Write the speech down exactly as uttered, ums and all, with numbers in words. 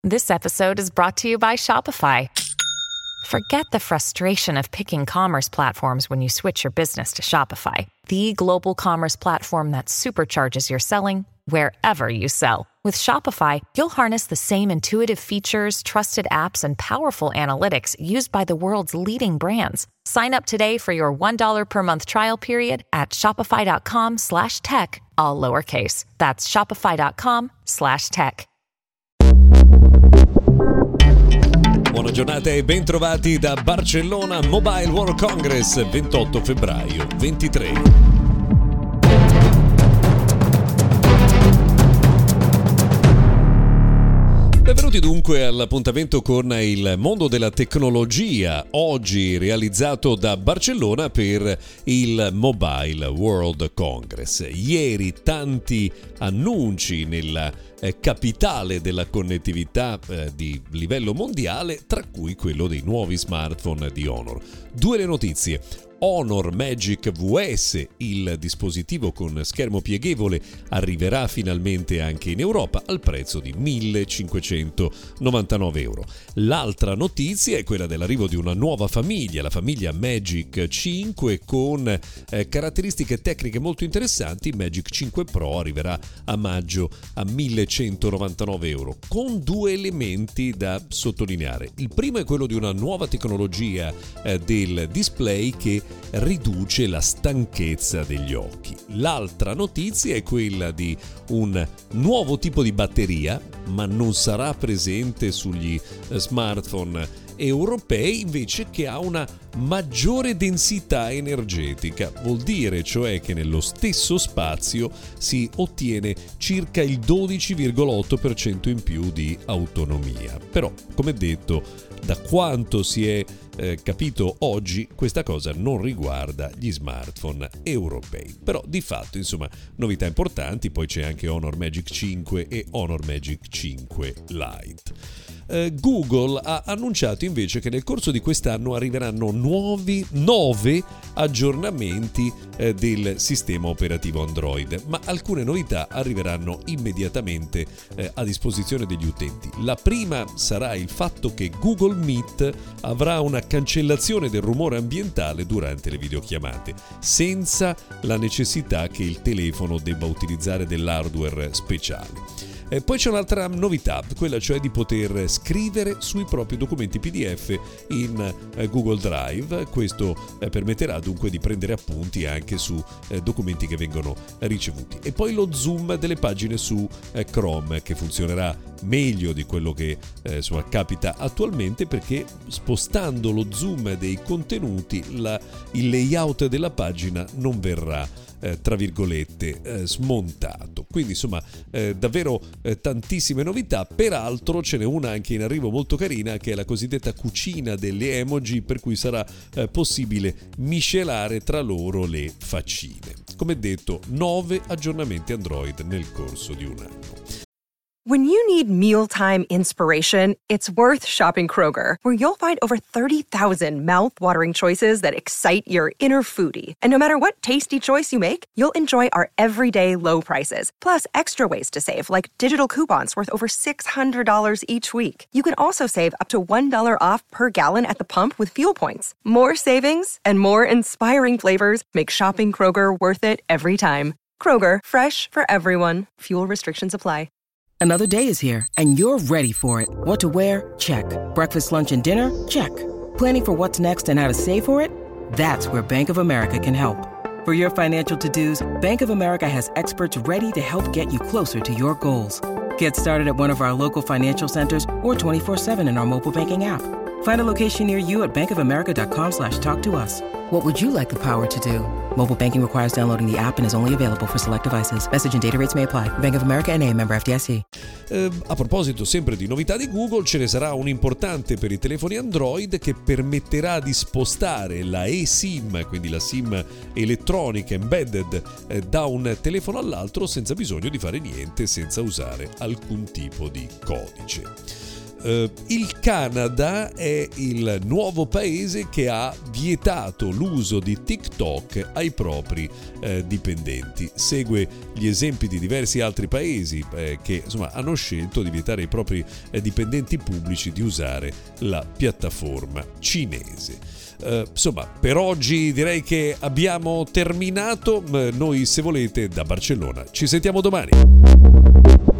This episode is brought to you by Shopify. Forget the frustration of picking commerce platforms when you switch your business to Shopify, the global commerce platform that supercharges your selling wherever you sell. With Shopify, you'll harness the same intuitive features, trusted apps, and powerful analytics used by the world's leading brands. Sign up today for your one dollar per month trial period at shopify.com slash tech, all lowercase. That's shopify.com slash tech. Buona giornata e bentrovati da Barcellona Mobile World Congress, ventotto febbraio ventitré. Benvenuti dunque all'appuntamento con il mondo della tecnologia, oggi realizzato da Barcellona per il Mobile World Congress. Ieri tanti annunci nella eh, capitale della connettività eh, di livello mondiale, tra cui quello dei nuovi smartphone di Honor. Due le notizie. Honor Magic V S, il dispositivo con schermo pieghevole, arriverà finalmente anche in Europa al prezzo di millecinquecentonovantanove euro. L'altra notizia è quella dell'arrivo di una nuova famiglia, la famiglia Magic cinque, con eh, caratteristiche tecniche molto interessanti. Magic cinque Pro arriverà a maggio a millecentonovantanove euro, con due elementi da sottolineare. Il primo è quello di una nuova tecnologia eh, del display che riduce la stanchezza degli occhi. L'altra notizia è quella di un nuovo tipo di batteria, ma non sarà presente sugli smartphone europei, invece che ha una maggiore densità energetica. Vuol dire cioè che nello stesso spazio si ottiene circa il dodici virgola otto per cento in più di autonomia. Però, come detto, da quanto si è eh, capito oggi, questa cosa non riguarda gli smartphone europei. Però di fatto, insomma, novità importanti. Poi c'è anche Honor Magic cinque e Honor Magic cinque Lite. Uh, Google ha annunciato invece che nel corso di quest'anno arriveranno nuovi nove aggiornamenti uh, del sistema operativo Android, ma alcune novità arriveranno immediatamente uh, a disposizione degli utenti. La prima sarà il fatto che Google Meet avrà una cancellazione del rumore ambientale durante le videochiamate, senza la necessità che il telefono debba utilizzare dell'hardware speciale. E poi c'è un'altra novità, quella cioè di poter scrivere sui propri documenti P D F in eh, Google Drive. Questo eh, permetterà dunque di prendere appunti anche su eh, documenti che vengono ricevuti. E poi lo zoom delle pagine su eh, Chrome, che funzionerà meglio di quello che eh, insomma, capita attualmente, perché spostando lo zoom dei contenuti la, il layout della pagina non verrà Eh, tra virgolette eh, smontato. Quindi insomma eh, davvero eh, tantissime novità. Peraltro ce n'è una anche in arrivo molto carina, che è la cosiddetta cucina delle emoji, per cui sarà eh, possibile miscelare tra loro le faccine. Come detto, nove aggiornamenti Android nel corso di un anno. When you need mealtime inspiration, it's worth shopping Kroger, where you'll find over thirty thousand mouth-watering choices that excite your inner foodie. And no matter what tasty choice you make, you'll enjoy our everyday low prices, plus extra ways to save, like digital coupons worth over six hundred dollars each week. You can also save up to one dollar off per gallon at the pump with fuel points. More savings and more inspiring flavors make shopping Kroger worth it every time. Kroger, fresh for everyone. Fuel restrictions apply. Another day is here, and you're ready for it. What to wear? Check. Breakfast, lunch, and dinner? Check. Planning for what's next and how to save for it? That's where Bank of America can help. For your financial to-dos, Bank of America has experts ready to help get you closer to your goals. Get started at one of our local financial centers or twenty-four seven in our mobile banking app. Find a location near you at bankofamerica.com slash talk to us. What would you like the power to do? Mobile banking requires downloading the app and is only available for select devices. Message and data rates may apply. Bank of America N A, member F D I C. Eh, a proposito sempre di novità di Google, ce ne sarà un importante per i telefoni Android che permetterà di spostare la eSIM, quindi la SIM elettronica embedded, eh, da un telefono all'altro senza bisogno di fare niente, senza usare alcun tipo di codice. Eh, il Canada è il nuovo paese che ha vietato l'uso di TikTok ai propri eh, dipendenti. Segue gli esempi di diversi altri paesi eh, che insomma hanno scelto di vietare ai propri eh, dipendenti pubblici di usare la piattaforma cinese. Uh, insomma, per oggi direi che abbiamo terminato. Noi, se volete, da Barcellona ci sentiamo domani.